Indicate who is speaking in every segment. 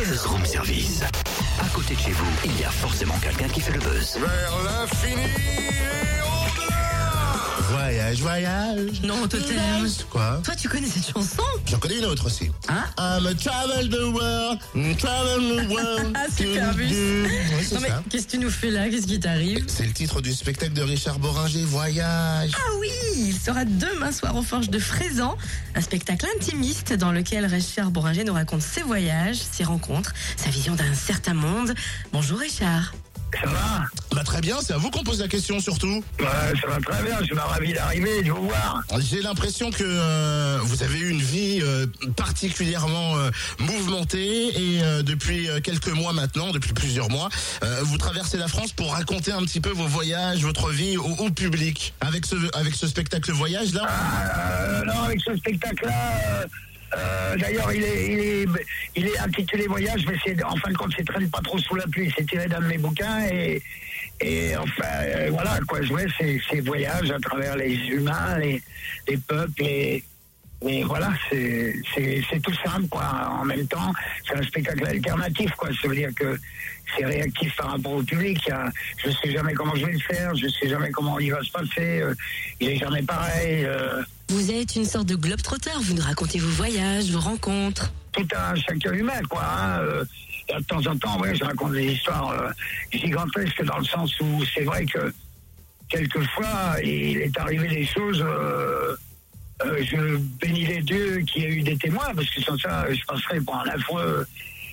Speaker 1: Buzz Room Service. À côté de chez vous, il y a forcément quelqu'un qui fait le buzz.
Speaker 2: Vers l'infini et au-delà.
Speaker 3: Voyage, voyage.
Speaker 4: Non, Totem.
Speaker 3: Quoi?
Speaker 4: Toi, tu connais cette chanson?
Speaker 3: J'en connais une autre aussi.
Speaker 4: Hein?
Speaker 3: I'm a travel the world, travel the world.
Speaker 4: Ah, super bus.
Speaker 3: Oui, c'est
Speaker 4: Non mais
Speaker 3: ça.
Speaker 4: qu'est-ce que tu nous fais là? Qu'est-ce qui t'arrive?
Speaker 3: C'est le titre du spectacle de Richard Boringer, Voyage.
Speaker 4: Ah oui, il sera demain soir aux Forges de Frézan, un spectacle intimiste dans lequel Richard Boringer nous raconte ses voyages, ses rencontres, sa vision d'un certain monde. Bonjour Richard.
Speaker 2: Ça va?
Speaker 3: Bah très bien, c'est à vous qu'on pose la question surtout.
Speaker 2: Ouais, ça va très bien, je suis ravi d'arriver, de vous voir.
Speaker 3: J'ai l'impression que vous avez eu une vie particulièrement mouvementée et depuis quelques mois maintenant, depuis plusieurs mois, vous traversez la France pour raconter un petit peu vos voyages, votre vie au public. Avec ce spectacle Voyage là.
Speaker 2: Non, avec ce spectacle-là, d'ailleurs, il est intitulé Voyage, mais en fin de compte, c'est traîne pas trop sous la pluie. C'est tiré d'un de mes bouquins et enfin, voilà, quoi. C'est Voyage à travers les humains, les peuples, mais voilà, c'est tout simple, quoi. En même temps, c'est un spectacle alternatif, quoi. Ça veut dire que c'est réactif par rapport au public. Je sais jamais comment je vais le faire, je sais jamais comment il va se passer. Il est jamais pareil.
Speaker 4: Vous êtes une sorte de globe-trotter, vous nous racontez vos voyages, vos rencontres.
Speaker 2: Tout un chacun humain, quoi. Hein. Et de temps en temps, ouais, je raconte des histoires gigantesques dans le sens où c'est vrai que quelquefois, il est arrivé des choses. Je bénis les dieux qu'il y a eu des témoins, parce que sans ça, je passerais pour un affreux.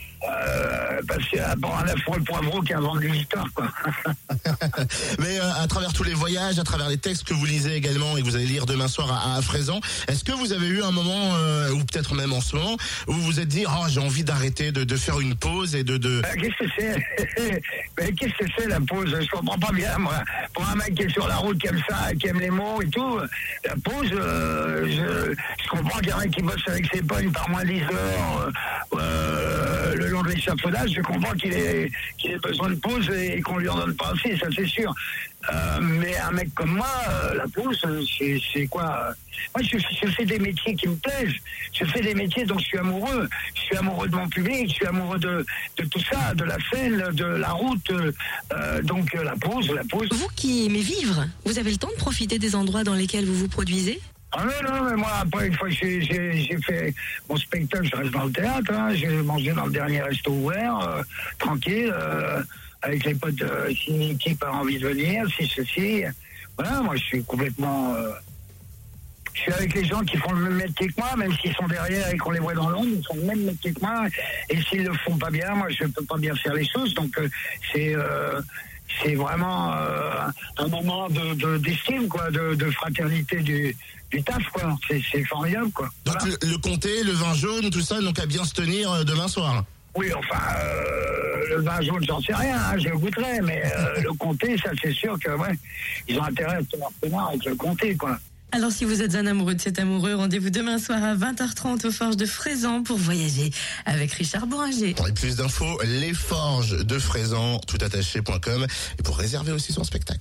Speaker 2: Pour un affreux poivreau qui invente des histoires, quoi.
Speaker 3: Mais à travers tous les voyages, à travers les textes que vous lisez également et que vous allez lire demain soir à Frézan, est-ce que vous avez eu un moment, ou peut-être même en ce moment, où vous vous êtes dit, oh, j'ai envie d'arrêter, de faire une pause et de...
Speaker 2: Qu'est-ce que c'est? Mais qu'est-ce que c'est la pause? Je comprends pas bien, moi. Pour un mec qui est sur la route, qui aime ça, qui aime les mots et tout, la pause, je comprends qu'il y en a qui bosse avec ses pognes par moins 10 heures, le long de l'échafaudage, je comprends qu'il ait besoin de pause et qu'on lui en donne pas assez, ça c'est sûr. Mais un mec comme moi, la pause, c'est quoi? Moi, je fais des métiers qui me plaisent. Je fais des métiers dont je suis amoureux. Je suis amoureux de mon public, je suis amoureux de tout ça, de la scène, de la route. Donc la pause.
Speaker 4: Vous qui aimez vivre, vous avez le temps de profiter des endroits dans lesquels vous vous produisez?
Speaker 2: Ah non, mais moi, après, une fois que j'ai fait mon spectacle, je reste dans le théâtre, hein, j'ai mangé dans le dernier resto ouvert, tranquille, avec les potes, si une équipe a envie de venir, si ceci. Voilà, moi, je suis complètement... je suis avec les gens qui font le même métier que moi, même s'ils sont derrière et qu'on les voit dans l'ombre, ils font le même métier que moi, et s'ils le font pas bien, moi, je peux pas bien faire les choses, donc c'est vraiment un moment d'estime, quoi, de fraternité du taf, quoi. C'est formidable, quoi.
Speaker 3: Donc
Speaker 2: Voilà.
Speaker 3: le comté, le vin jaune, tout ça, donc à bien se tenir demain soir.
Speaker 2: Oui, enfin, le vin jaune, j'en sais rien, hein, je le goûterai, mais le comté, ça, c'est sûr que, ouais, ils ont intérêt à se tenir avec le comté, quoi.
Speaker 4: Alors si vous êtes un amoureux de cet amoureux, rendez-vous demain soir à 20h30 aux Forges de Frézan pour voyager avec Richard Boringer.
Speaker 3: Pour plus d'infos, lesforgesdefrézan, toutattaché.com et pour réserver aussi son spectacle.